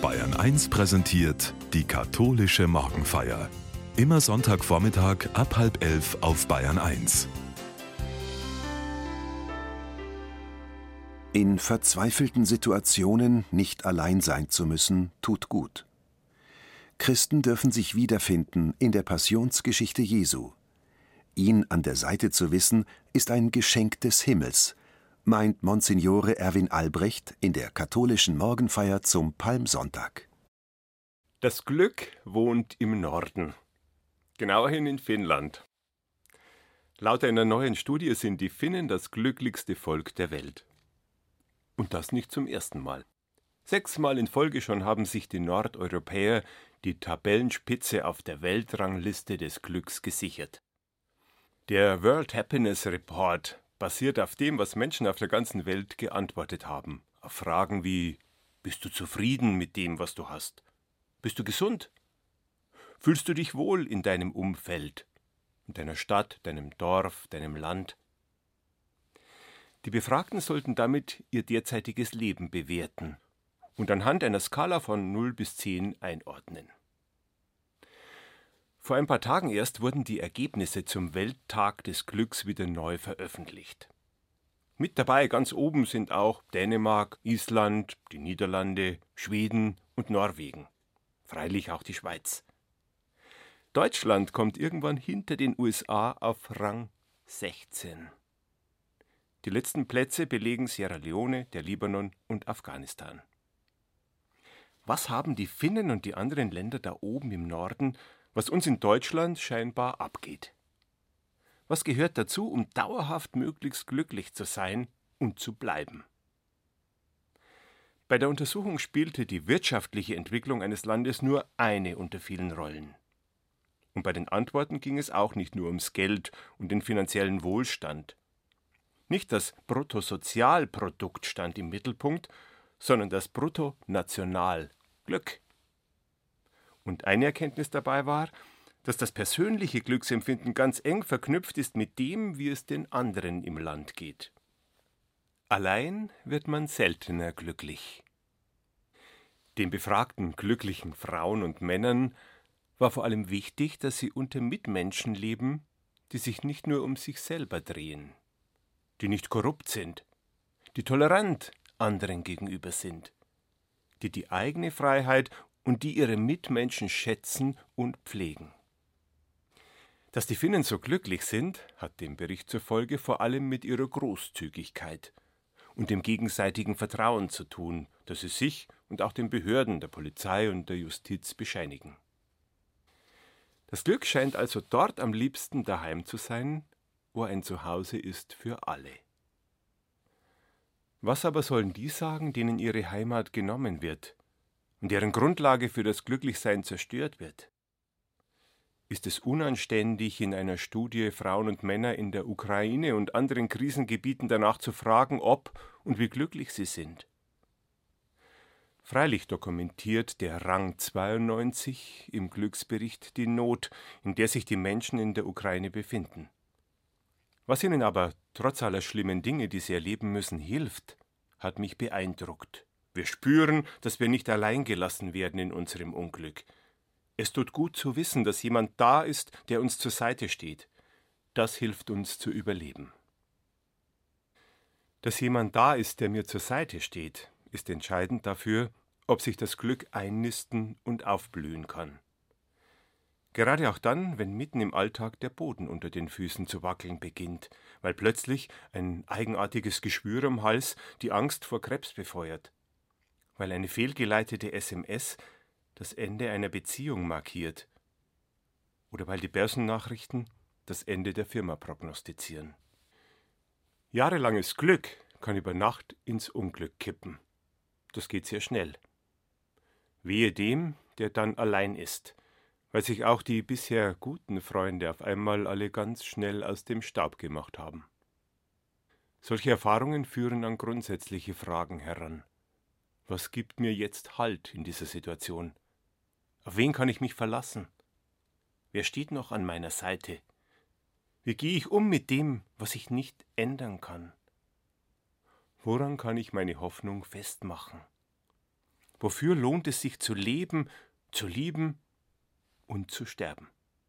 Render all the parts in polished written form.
Bayern 1 präsentiert die katholische Morgenfeier. Immer Sonntagvormittag ab 10:30 auf Bayern 1. In verzweifelten Situationen nicht allein sein zu müssen, tut gut. Christen dürfen sich wiederfinden in der Passionsgeschichte Jesu. Ihn an der Seite zu wissen, ist ein Geschenk des Himmels, meint Monsignore Erwin Albrecht in der katholischen Morgenfeier zum Palmsonntag. Das Glück wohnt im Norden, genauerhin in Finnland. Laut einer neuen Studie sind die Finnen das glücklichste Volk der Welt. Und das nicht zum ersten Mal. 6 Mal in Folge schon haben sich die Nordeuropäer die Tabellenspitze auf der Weltrangliste des Glücks gesichert. Der World Happiness Report basiert auf dem, was Menschen auf der ganzen Welt geantwortet haben. Auf Fragen wie: Bist du zufrieden mit dem, was du hast? Bist du gesund? Fühlst du dich wohl in deinem Umfeld, in deiner Stadt, deinem Dorf, deinem Land? Die Befragten sollten damit ihr derzeitiges Leben bewerten und anhand einer Skala von 0 bis 10 einordnen. Vor ein paar Tagen erst wurden die Ergebnisse zum Welttag des Glücks wieder neu veröffentlicht. Mit dabei ganz oben sind auch Dänemark, Island, die Niederlande, Schweden und Norwegen. Freilich auch die Schweiz. Deutschland kommt irgendwann hinter den USA auf Rang 16. Die letzten Plätze belegen Sierra Leone, der Libanon und Afghanistan. Was haben die Finnen und die anderen Länder da oben im Norden, was uns in Deutschland scheinbar abgeht? Was gehört dazu, um dauerhaft möglichst glücklich zu sein und zu bleiben? Bei der Untersuchung spielte die wirtschaftliche Entwicklung eines Landes nur eine unter vielen Rollen. Und bei den Antworten ging es auch nicht nur ums Geld und den finanziellen Wohlstand. Nicht das Bruttosozialprodukt stand im Mittelpunkt, sondern das Bruttonationalglück. Und eine Erkenntnis dabei war, dass das persönliche Glücksempfinden ganz eng verknüpft ist mit dem, wie es den anderen im Land geht. Allein wird man seltener glücklich. Den befragten glücklichen Frauen und Männern war vor allem wichtig, dass sie unter Mitmenschen leben, die sich nicht nur um sich selber drehen, die nicht korrupt sind, die tolerant anderen gegenüber sind, die die eigene Freiheit und die ihre Mitmenschen schätzen und pflegen. Dass die Finnen so glücklich sind, hat dem Bericht zufolge vor allem mit ihrer Großzügigkeit und dem gegenseitigen Vertrauen zu tun, das sie sich und auch den Behörden der Polizei und der Justiz bescheinigen. Das Glück scheint also dort am liebsten daheim zu sein, wo ein Zuhause ist für alle. Was aber sollen die sagen, denen ihre Heimat genommen wird und deren Grundlage für das Glücklichsein zerstört wird? Ist es unanständig, in einer Studie Frauen und Männer in der Ukraine und anderen Krisengebieten danach zu fragen, ob und wie glücklich sie sind? Freilich dokumentiert der Rang 92 im Glücksbericht die Not, in der sich die Menschen in der Ukraine befinden. Was ihnen aber trotz aller schlimmen Dinge, die sie erleben müssen, hilft, hat mich beeindruckt. Wir spüren, dass wir nicht allein gelassen werden in unserem Unglück. Es tut gut zu wissen, dass jemand da ist, der uns zur Seite steht. Das hilft uns zu überleben. Dass jemand da ist, der mir zur Seite steht, ist entscheidend dafür, ob sich das Glück einnisten und aufblühen kann. Gerade auch dann, wenn mitten im Alltag der Boden unter den Füßen zu wackeln beginnt, weil plötzlich ein eigenartiges Geschwür am Hals die Angst vor Krebs befeuert, weil eine fehlgeleitete SMS das Ende einer Beziehung markiert oder weil die Börsennachrichten das Ende der Firma prognostizieren. Jahrelanges Glück kann über Nacht ins Unglück kippen. Das geht sehr schnell. Wehe dem, der dann allein ist, weil sich auch die bisher guten Freunde auf einmal alle ganz schnell aus dem Staub gemacht haben. Solche Erfahrungen führen an grundsätzliche Fragen heran. Was gibt mir jetzt Halt in dieser Situation? Auf wen kann ich mich verlassen? Wer steht noch an meiner Seite? Wie gehe ich um mit dem, was ich nicht ändern kann? Woran kann ich meine Hoffnung festmachen? wofür lohnt es sich zu leben, zu lieben und zu sterben?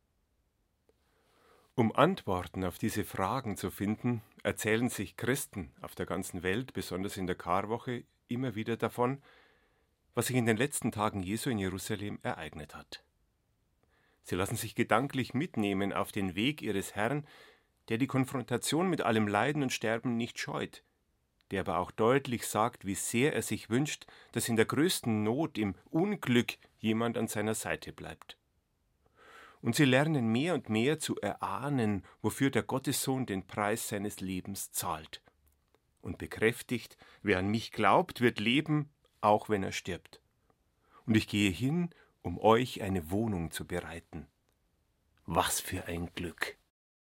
Um Antworten auf diese Fragen zu finden, erzählen sich Christen auf der ganzen Welt, besonders in der Karwoche, immer wieder davon, was sich in den letzten Tagen Jesu in Jerusalem ereignet hat. Sie lassen sich gedanklich mitnehmen auf den Weg ihres Herrn, der die Konfrontation mit allem Leiden und Sterben nicht scheut, der aber auch deutlich sagt, wie sehr er sich wünscht, dass in der größten Not, im Unglück jemand an seiner Seite bleibt. Und sie lernen mehr und mehr zu erahnen, wofür der Gottessohn den Preis seines Lebens zahlt. Und bekräftigt, wer an mich glaubt, wird leben, auch wenn er stirbt. Und ich gehe hin, um euch eine Wohnung zu bereiten. Was für ein Glück!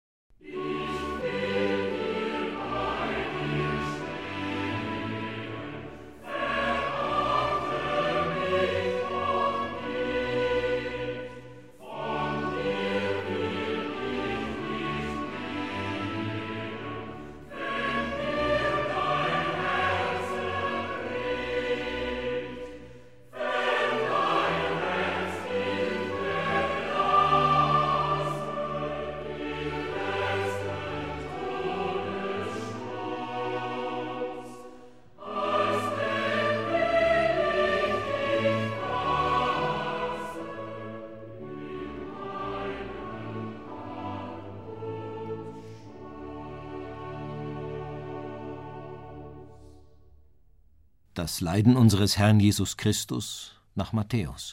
Das Leiden unseres Herrn Jesus Christus nach Matthäus.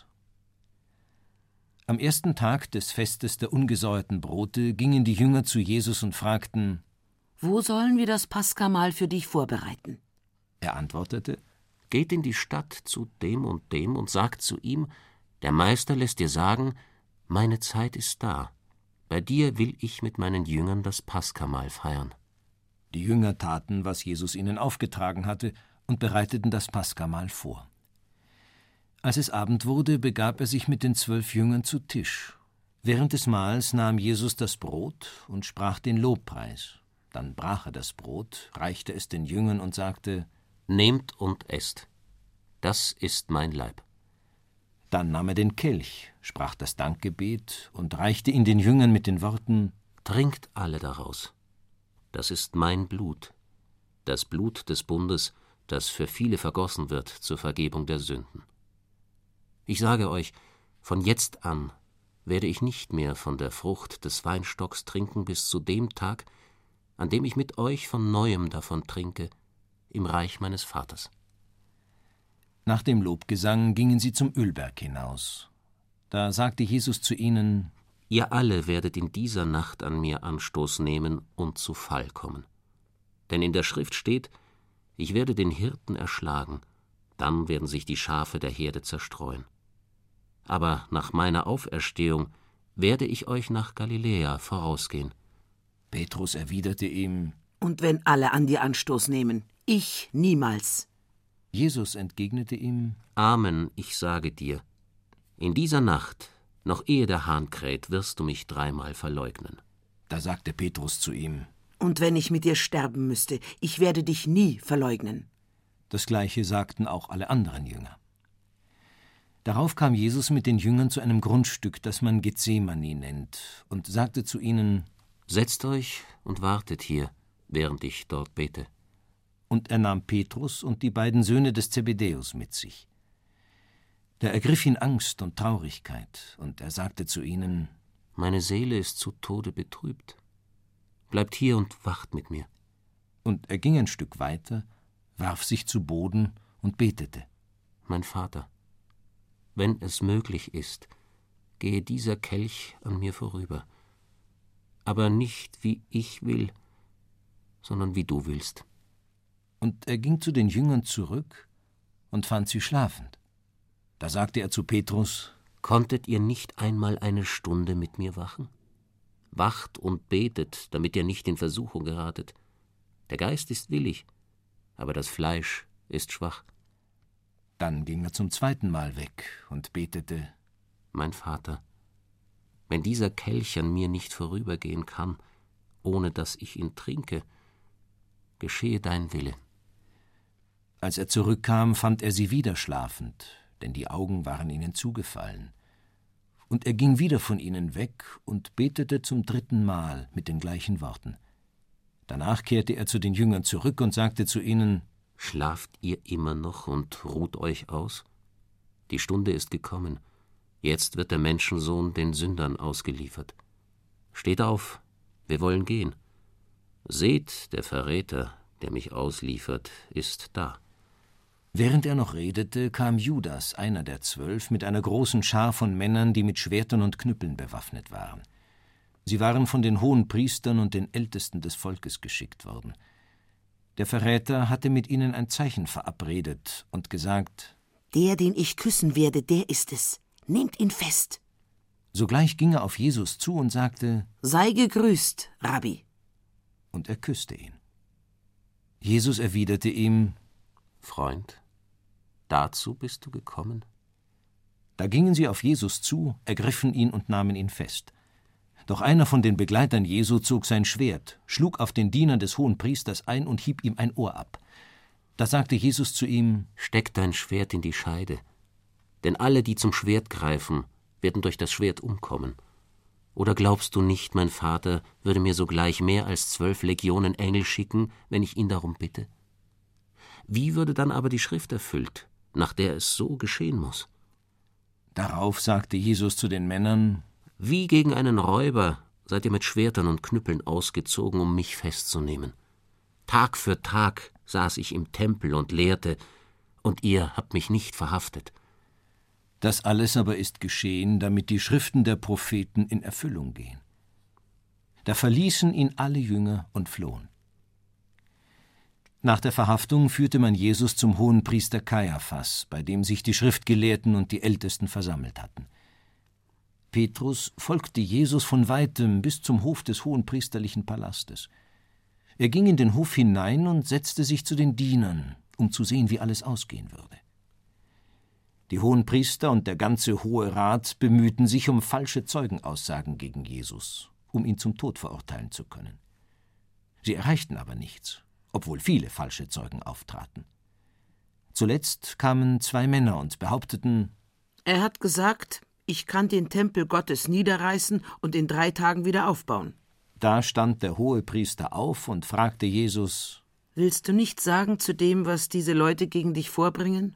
Am ersten Tag des Festes der ungesäuerten Brote gingen die Jünger zu Jesus und fragten: Wo sollen wir das Paschamahl für dich vorbereiten? Er antwortete: Geht in die Stadt zu dem und sagt zu ihm: Der Meister lässt dir sagen, meine Zeit ist da. Bei dir will ich mit meinen Jüngern das Paschamahl feiern. Die Jünger taten, was Jesus ihnen aufgetragen hatte, und bereiteten das Paschamahl vor. Als es Abend wurde, begab er sich mit den 12 Jüngern zu Tisch. Während des Mahls nahm Jesus das Brot und sprach den Lobpreis. Dann brach er das Brot, reichte es den Jüngern und sagte: Nehmt und esst, das ist mein Leib. Dann nahm er den Kelch, sprach das Dankgebet und reichte ihn den Jüngern mit den Worten: Trinkt alle daraus, das ist mein Blut, das Blut des Bundes, das für viele vergossen wird zur Vergebung der Sünden. Ich sage euch, von jetzt an werde ich nicht mehr von der Frucht des Weinstocks trinken bis zu dem Tag, an dem ich mit euch von Neuem davon trinke, im Reich meines Vaters. Nach dem Lobgesang gingen sie zum Ölberg hinaus. Da sagte Jesus zu ihnen: Ihr alle werdet in dieser Nacht an mir Anstoß nehmen und zu Fall kommen. Denn in der Schrift steht: Ich werde den Hirten erschlagen, dann werden sich die Schafe der Herde zerstreuen. Aber nach meiner Auferstehung werde ich euch nach Galiläa vorausgehen. Petrus erwiderte ihm: Und wenn alle an dir Anstoß nehmen, ich niemals. Jesus entgegnete ihm: Amen, ich sage dir, in dieser Nacht, noch ehe der Hahn kräht, wirst du mich 3-mal verleugnen. Da sagte Petrus zu ihm: Und wenn ich mit dir sterben müsste, ich werde dich nie verleugnen. Das Gleiche sagten auch alle anderen Jünger. Darauf kam Jesus mit den Jüngern zu einem Grundstück, das man Gethsemane nennt, und sagte zu ihnen: Setzt euch und wartet hier, während ich dort bete. Und er nahm Petrus und die beiden Söhne des Zebedäus mit sich. Da ergriff ihn Angst und Traurigkeit, und er sagte zu ihnen: Meine Seele ist zu Tode betrübt. Bleibt hier und wacht mit mir. Und er ging ein Stück weiter, warf sich zu Boden und betete: Mein Vater, wenn es möglich ist, gehe dieser Kelch an mir vorüber. Aber nicht wie ich will, sondern wie du willst. Und er ging zu den Jüngern zurück und fand sie schlafend. Da sagte er zu Petrus: Konntet ihr nicht einmal eine Stunde mit mir wachen? Wacht und betet, damit ihr nicht in Versuchung geratet. Der Geist ist willig, aber das Fleisch ist schwach. Dann ging er zum 2. Mal weg und betete: Mein Vater, wenn dieser Kelch an mir nicht vorübergehen kann, ohne dass ich ihn trinke, geschehe dein Wille. Als er zurückkam, fand er sie wieder schlafend, denn die Augen waren ihnen zugefallen. Und er ging wieder von ihnen weg und betete zum 3. Mal mit den gleichen Worten. Danach kehrte er zu den Jüngern zurück und sagte zu ihnen: Schlaft ihr immer noch und ruht euch aus? Die Stunde ist gekommen. Jetzt wird der Menschensohn den Sündern ausgeliefert. Steht auf, wir wollen gehen. Seht, der Verräter, der mich ausliefert, ist da. Während er noch redete, kam Judas, einer der 12, mit einer großen Schar von Männern, die mit Schwertern und Knüppeln bewaffnet waren. Sie waren von den Hohenpriestern und den Ältesten des Volkes geschickt worden. Der Verräter hatte mit ihnen ein Zeichen verabredet und gesagt: Der, den ich küssen werde, der ist es. Nehmt ihn fest. Sogleich ging er auf Jesus zu und sagte: Sei gegrüßt, Rabbi. Und er küsste ihn. Jesus erwiderte ihm: Freund, dazu bist du gekommen? Da gingen sie auf Jesus zu, ergriffen ihn und nahmen ihn fest. Doch einer von den Begleitern Jesu zog sein Schwert, schlug auf den Diener des Hohenpriesters ein und hieb ihm ein Ohr ab. Da sagte Jesus zu ihm: Steck dein Schwert in die Scheide, denn alle, die zum Schwert greifen, werden durch das Schwert umkommen. Oder glaubst du nicht, mein Vater würde mir sogleich mehr als 12 Legionen Engel schicken, wenn ich ihn darum bitte? Wie würde dann aber die Schrift erfüllt, nach der es so geschehen muss? Darauf sagte Jesus zu den Männern: Wie gegen einen Räuber seid ihr mit Schwertern und Knüppeln ausgezogen, um mich festzunehmen. Tag für Tag saß ich im Tempel und lehrte, und ihr habt mich nicht verhaftet. Das alles aber ist geschehen, damit die Schriften der Propheten in Erfüllung gehen. Da verließen ihn alle Jünger und flohen. Nach der Verhaftung führte man Jesus zum Hohenpriester Kaiaphas, bei dem sich die Schriftgelehrten und die Ältesten versammelt hatten. Petrus folgte Jesus von weitem bis zum Hof des hohenpriesterlichen Palastes. Er ging in den Hof hinein und setzte sich zu den Dienern, um zu sehen, wie alles ausgehen würde. Die Hohenpriester und der ganze Hohe Rat bemühten sich um falsche Zeugenaussagen gegen Jesus, um ihn zum Tod verurteilen zu können. Sie erreichten aber nichts, obwohl viele falsche Zeugen auftraten. Zuletzt kamen 2 Männer und behaupteten: Er hat gesagt, ich kann den Tempel Gottes niederreißen und in 3 Tagen wieder aufbauen. Da stand der Hohepriester auf und fragte Jesus: Willst du nichts sagen zu dem, was diese Leute gegen dich vorbringen?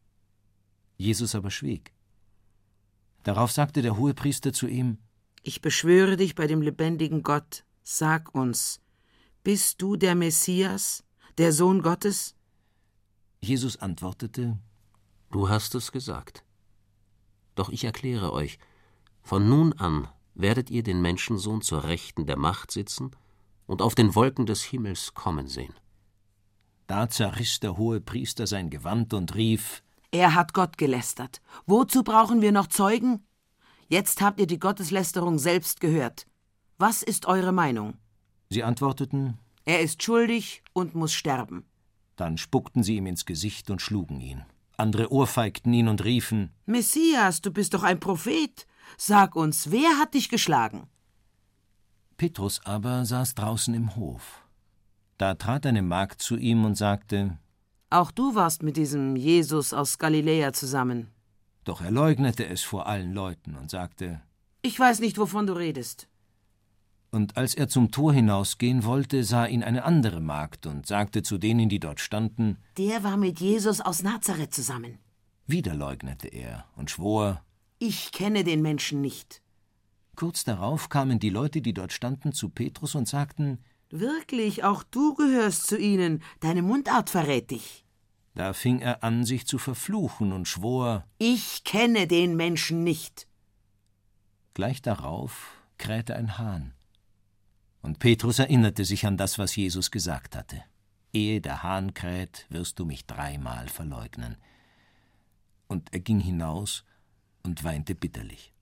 Jesus aber schwieg. Darauf sagte der Hohepriester zu ihm: Ich beschwöre dich bei dem lebendigen Gott, sag uns, bist du der Messias, der Sohn Gottes? Jesus antwortete: Du hast es gesagt. Doch ich erkläre euch, von nun an werdet ihr den Menschensohn zur Rechten der Macht sitzen und auf den Wolken des Himmels kommen sehen. Da zerriss der Hohepriester sein Gewand und rief: Er hat Gott gelästert. Wozu brauchen wir noch Zeugen? Jetzt habt ihr die Gotteslästerung selbst gehört. Was ist eure Meinung? Sie antworteten: Er ist schuldig und muss sterben. Dann spuckten sie ihm ins Gesicht und schlugen ihn. Andere ohrfeigten ihn und riefen: Messias, du bist doch ein Prophet. Sag uns, wer hat dich geschlagen? Petrus aber saß draußen im Hof. Da trat eine Magd zu ihm und sagte: Auch du warst mit diesem Jesus aus Galiläa zusammen. Doch er leugnete es vor allen Leuten und sagte: Ich weiß nicht, wovon du redest. Und als er zum Tor hinausgehen wollte, sah ihn eine andere Magd und sagte zu denen, die dort standen: Der war mit Jesus aus Nazareth zusammen. Wieder leugnete er und schwor: Ich kenne den Menschen nicht. Kurz darauf kamen die Leute, die dort standen, zu Petrus und sagten: Wirklich, auch du gehörst zu ihnen. Deine Mundart verrät dich. Da fing er an, sich zu verfluchen und schwor: Ich kenne den Menschen nicht. Gleich darauf krähte ein Hahn. Und Petrus erinnerte sich an das, was Jesus gesagt hatte: Ehe der Hahn kräht, wirst du mich 3-mal verleugnen. Und er ging hinaus und weinte bitterlich.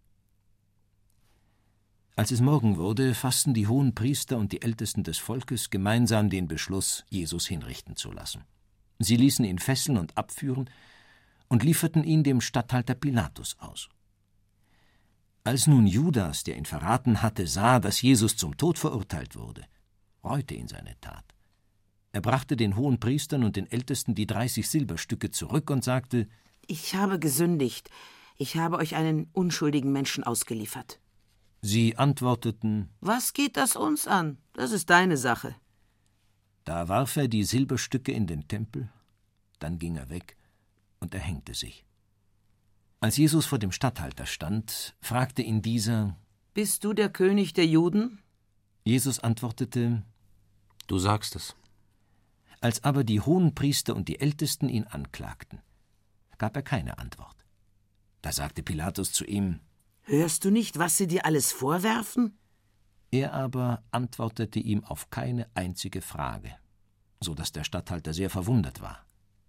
Als es Morgen wurde, fassten die Hohenpriester und die Ältesten des Volkes gemeinsam den Beschluss, Jesus hinrichten zu lassen. Sie ließen ihn fesseln und abführen und lieferten ihn dem Statthalter Pilatus aus. Als nun Judas, der ihn verraten hatte, sah, dass Jesus zum Tod verurteilt wurde, reute ihn seine Tat. Er brachte den Hohenpriestern und den Ältesten die 30 Silberstücke zurück und sagte: Ich habe gesündigt. Ich habe euch einen unschuldigen Menschen ausgeliefert. Sie antworteten: Was geht das uns an? Das ist deine Sache. Da warf er die Silberstücke in den Tempel, dann ging er weg und erhängte sich. Als Jesus vor dem Statthalter stand, fragte ihn dieser: Bist du der König der Juden? Jesus antwortete: Du sagst es. Als aber die Hohenpriester und die Ältesten ihn anklagten, gab er keine Antwort. Da sagte Pilatus zu ihm: Hörst du nicht, was sie dir alles vorwerfen? Er aber antwortete ihm auf keine einzige Frage, so dass der Statthalter sehr verwundert war.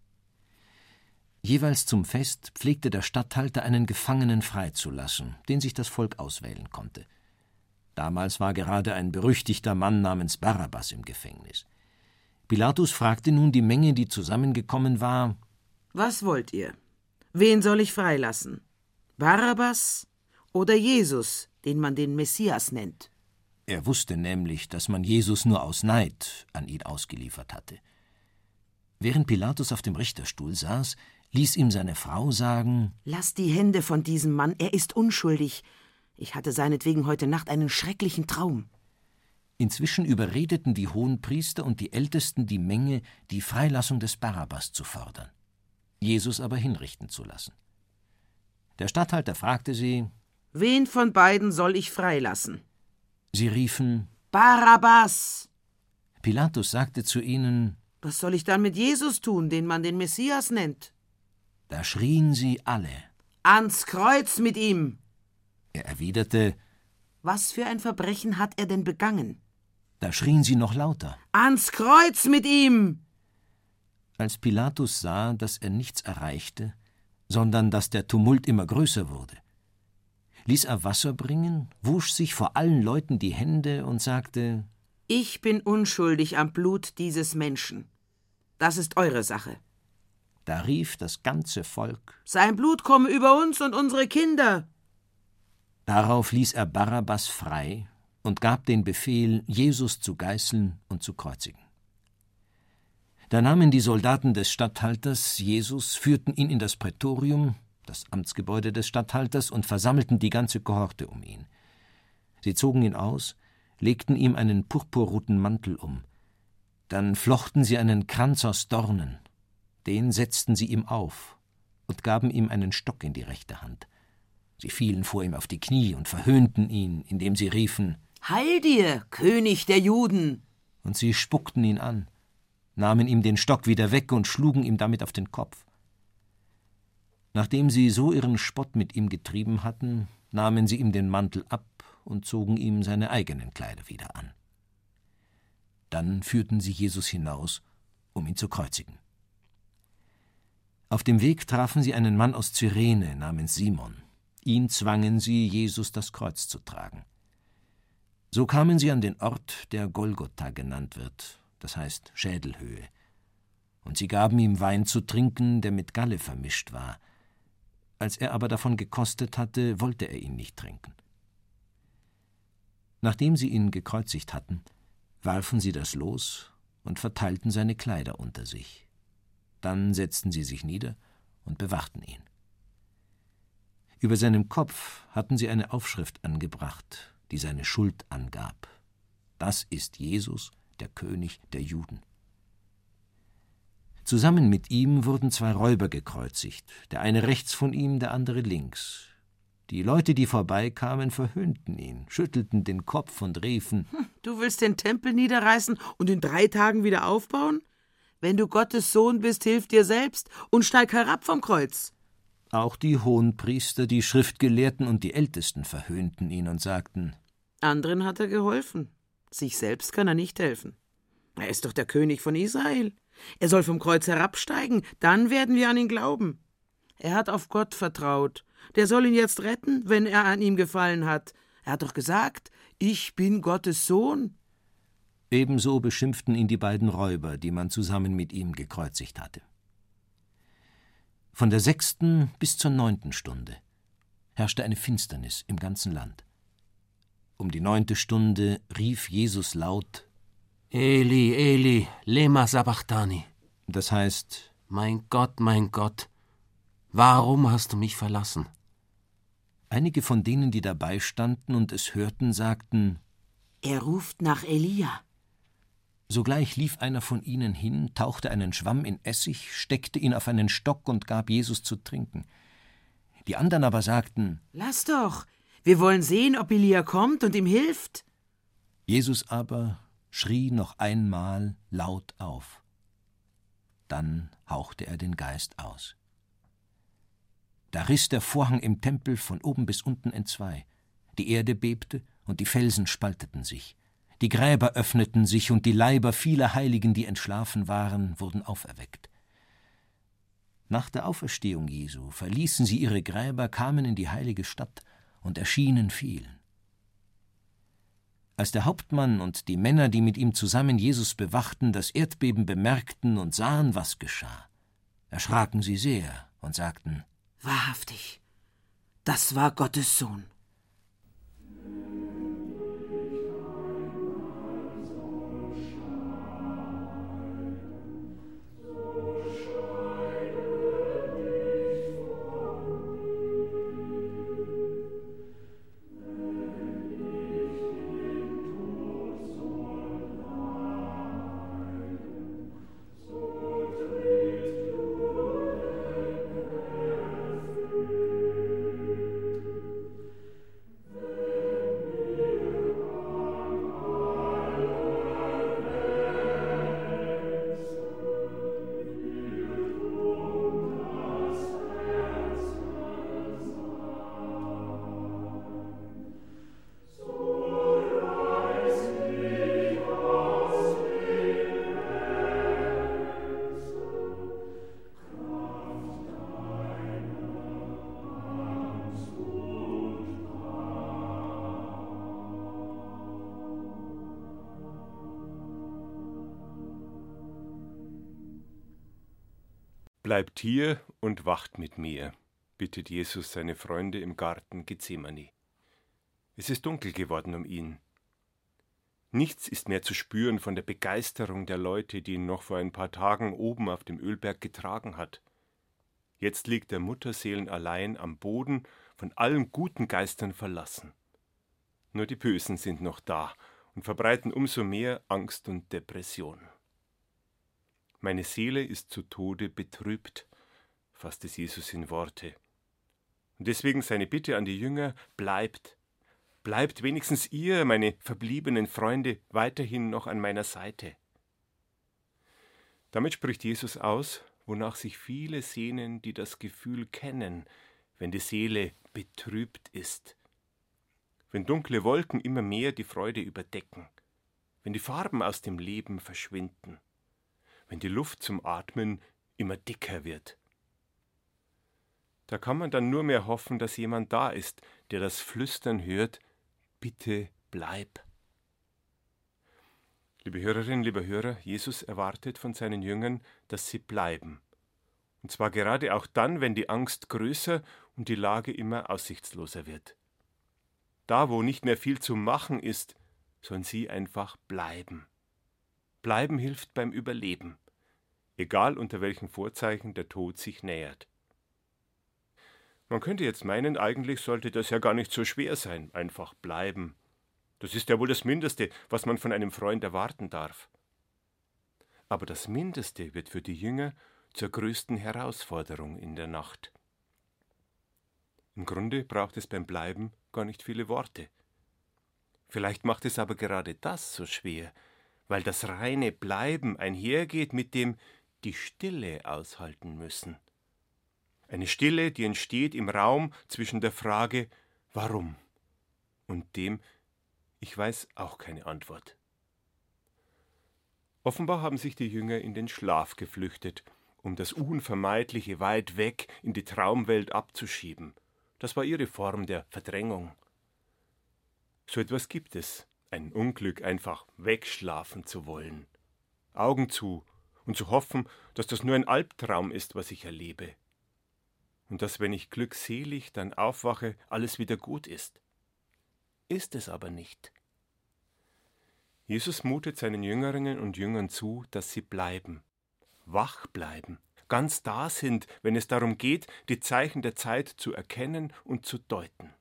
Jeweils zum Fest pflegte der Statthalter einen Gefangenen freizulassen, den sich das Volk auswählen konnte. Damals war gerade ein berüchtigter Mann namens Barabbas im Gefängnis. Pilatus fragte nun die Menge, die zusammengekommen war: Was wollt ihr? Wen soll ich freilassen? Barabbas oder Jesus, den man den Messias nennt? Er wusste nämlich, dass man Jesus nur aus Neid an ihn ausgeliefert hatte. Während Pilatus auf dem Richterstuhl saß, ließ ihm seine Frau sagen: Lass die Hände von diesem Mann, er ist unschuldig. Ich hatte seinetwegen heute Nacht einen schrecklichen Traum. Inzwischen überredeten die Hohenpriester und die Ältesten die Menge, die Freilassung des Barabbas zu fordern, Jesus aber hinrichten zu lassen. Der Statthalter fragte sie: Wen von beiden soll ich freilassen? Sie riefen: Barabbas! Pilatus sagte zu ihnen: Was soll ich dann mit Jesus tun, den man den Messias nennt? Da schrien sie alle: Ans Kreuz mit ihm! Er erwiderte: Was für ein Verbrechen hat er denn begangen? Da schrien sie noch lauter: Ans Kreuz mit ihm! Als Pilatus sah, dass er nichts erreichte, sondern dass der Tumult immer größer wurde, ließ er Wasser bringen, wusch sich vor allen Leuten die Hände und sagte: Ich bin unschuldig am Blut dieses Menschen. Das ist eure Sache. Da rief das ganze Volk: Sein Blut komme über uns und unsere Kinder. Darauf ließ er Barabbas frei und gab den Befehl, Jesus zu geißeln und zu kreuzigen. Da nahmen die Soldaten des Statthalters Jesus, führten ihn in das Prätorium, das Amtsgebäude des Statthalters, und versammelten die ganze Kohorte um ihn. Sie zogen ihn aus, legten ihm einen purpurroten Mantel um. Dann flochten sie einen Kranz aus Dornen. Den setzten sie ihm auf und gaben ihm einen Stock in die rechte Hand. Sie fielen vor ihm auf die Knie und verhöhnten ihn, indem sie riefen: Heil dir, König der Juden! Und sie spuckten ihn an, nahmen ihm den Stock wieder weg und schlugen ihm damit auf den Kopf. Nachdem sie so ihren Spott mit ihm getrieben hatten, nahmen sie ihm den Mantel ab und zogen ihm seine eigenen Kleider wieder an. Dann führten sie Jesus hinaus, um ihn zu kreuzigen. Auf dem Weg trafen sie einen Mann aus Cyrene namens Simon. Ihn zwangen sie, Jesus das Kreuz zu tragen. So kamen sie an den Ort, der Golgotha genannt wird, das heißt Schädelhöhe. Und sie gaben ihm Wein zu trinken, der mit Galle vermischt war. Als er aber davon gekostet hatte, wollte er ihn nicht trinken. Nachdem sie ihn gekreuzigt hatten, warfen sie das Los und verteilten seine Kleider unter sich. Dann setzten sie sich nieder und bewachten ihn. Über seinem Kopf hatten sie eine Aufschrift angebracht, die seine Schuld angab. Das ist Jesus, der König der Juden. Zusammen mit ihm wurden 2 Räuber gekreuzigt, der eine rechts von ihm, der andere links. Die Leute, die vorbeikamen, verhöhnten ihn, schüttelten den Kopf und riefen: Du willst den Tempel niederreißen und in 3 Tagen wieder aufbauen? Wenn du Gottes Sohn bist, hilf dir selbst und steig herab vom Kreuz. Auch die Hohenpriester, die Schriftgelehrten und die Ältesten verhöhnten ihn und sagten: Anderen hat er geholfen, sich selbst kann er nicht helfen. Er ist doch der König von Israel. Er soll vom Kreuz herabsteigen, dann werden wir an ihn glauben. Er hat auf Gott vertraut. Der soll ihn jetzt retten, wenn er an ihm gefallen hat. Er hat doch gesagt: Ich bin Gottes Sohn. Ebenso beschimpften ihn die beiden Räuber, die man zusammen mit ihm gekreuzigt hatte. Von der 6. bis zur 9. Stunde herrschte eine Finsternis im ganzen Land. Um die 9. Stunde rief Jesus laut: Eli, Eli, lema sabachthani. Das heißt: Mein Gott, Warum hast du mich verlassen?« Einige von denen, die dabei standen und es hörten, sagten: Er ruft nach Elia. Sogleich lief einer von ihnen hin, tauchte einen Schwamm in Essig, steckte ihn auf einen Stock und gab Jesus zu trinken. Die anderen aber sagten: Lass doch, wir wollen sehen, ob Elia kommt und ihm hilft. Jesus aber schrie noch einmal laut auf. Dann hauchte er den Geist aus. Da riss der Vorhang im Tempel von oben bis unten entzwei. Die Erde bebte und die Felsen spalteten sich. Die Gräber öffneten sich und die Leiber vieler Heiligen, die entschlafen waren, wurden auferweckt. Nach der Auferstehung Jesu verließen sie ihre Gräber, kamen in die heilige Stadt und erschienen vielen. Als der Hauptmann und die Männer, die mit ihm zusammen Jesus bewachten, das Erdbeben bemerkten und sahen, was geschah, erschraken sie sehr und sagten: Wahrhaftig, das war Gottes Sohn. Bleibt hier und wacht mit mir, bittet Jesus seine Freunde im Garten Gethsemane. Es ist dunkel geworden um ihn. Nichts ist mehr zu spüren von der Begeisterung der Leute, die ihn noch vor ein paar Tagen oben auf dem Ölberg getragen hat. Jetzt liegt er mutterseelenallein am Boden, von allen guten Geistern verlassen. Nur die Bösen sind noch da und verbreiten umso mehr Angst und Depression. Meine Seele ist zu Tode betrübt, fasst es Jesus in Worte. Und deswegen seine Bitte an die Jünger: bleibt wenigstens ihr, meine verbliebenen Freunde, weiterhin noch an meiner Seite. Damit spricht Jesus aus, wonach sich viele sehnen, die das Gefühl kennen, wenn die Seele betrübt ist. Wenn dunkle Wolken immer mehr die Freude überdecken, wenn die Farben aus dem Leben verschwinden, wenn die Luft zum Atmen immer dicker wird. Da kann man dann nur mehr hoffen, dass jemand da ist, der das Flüstern hört: Bitte bleib. Liebe Hörerinnen, lieber Hörer, Jesus erwartet von seinen Jüngern, dass sie bleiben. Und zwar gerade auch dann, wenn die Angst größer und die Lage immer aussichtsloser wird. Da, wo nicht mehr viel zu machen ist, sollen sie einfach bleiben. Bleiben hilft beim Überleben, egal unter welchen Vorzeichen der Tod sich nähert. Man könnte jetzt meinen, eigentlich sollte das ja gar nicht so schwer sein, einfach bleiben. Das ist ja wohl das Mindeste, was man von einem Freund erwarten darf. Aber das Mindeste wird für die Jünger zur größten Herausforderung in der Nacht. Im Grunde braucht es beim Bleiben gar nicht viele Worte. Vielleicht macht es aber gerade das so schwer, weil das reine Bleiben einhergeht mit dem die Stille aushalten müssen. Eine Stille, die entsteht im Raum zwischen der Frage »Warum?« und dem »Ich weiß auch keine Antwort«. Offenbar haben sich die Jünger in den Schlaf geflüchtet, um das Unvermeidliche weit weg in die Traumwelt abzuschieben. Das war ihre Form der Verdrängung. So etwas gibt es, ein Unglück, einfach wegschlafen zu wollen. Augen zu und zu hoffen, dass das nur ein Albtraum ist, was ich erlebe. Und dass, wenn ich glückselig dann aufwache, alles wieder gut ist. Ist es aber nicht. Jesus mutet seinen Jüngerinnen und Jüngern zu, dass sie bleiben, wach bleiben, ganz da sind, wenn es darum geht, die Zeichen der Zeit zu erkennen und zu deuten.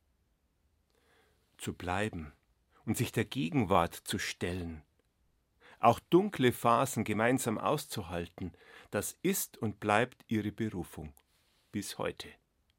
Zu bleiben und sich der Gegenwart zu stellen, auch dunkle Phasen gemeinsam auszuhalten, das ist und bleibt ihre Berufung bis heute.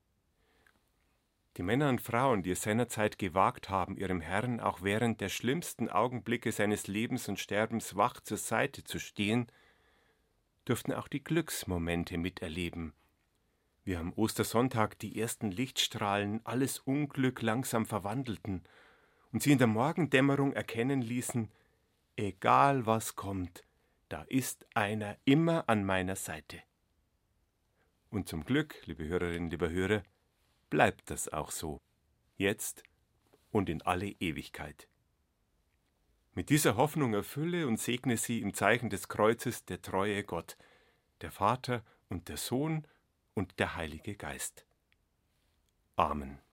Die Männer und Frauen, die es seinerzeit gewagt haben, ihrem Herrn auch während der schlimmsten Augenblicke seines Lebens und Sterbens wach zur Seite zu stehen, dürften auch die Glücksmomente miterleben, wie am Ostersonntag die ersten Lichtstrahlen alles Unglück langsam verwandelten und sie in der Morgendämmerung erkennen ließen, egal was kommt, da ist einer immer an meiner Seite. Und zum Glück, liebe Hörerinnen, lieber Hörer, bleibt das auch so, jetzt und in alle Ewigkeit. Mit dieser Hoffnung erfülle und segne sie im Zeichen des Kreuzes der treue Gott, der Vater und der Sohn und der Heilige Geist. Amen.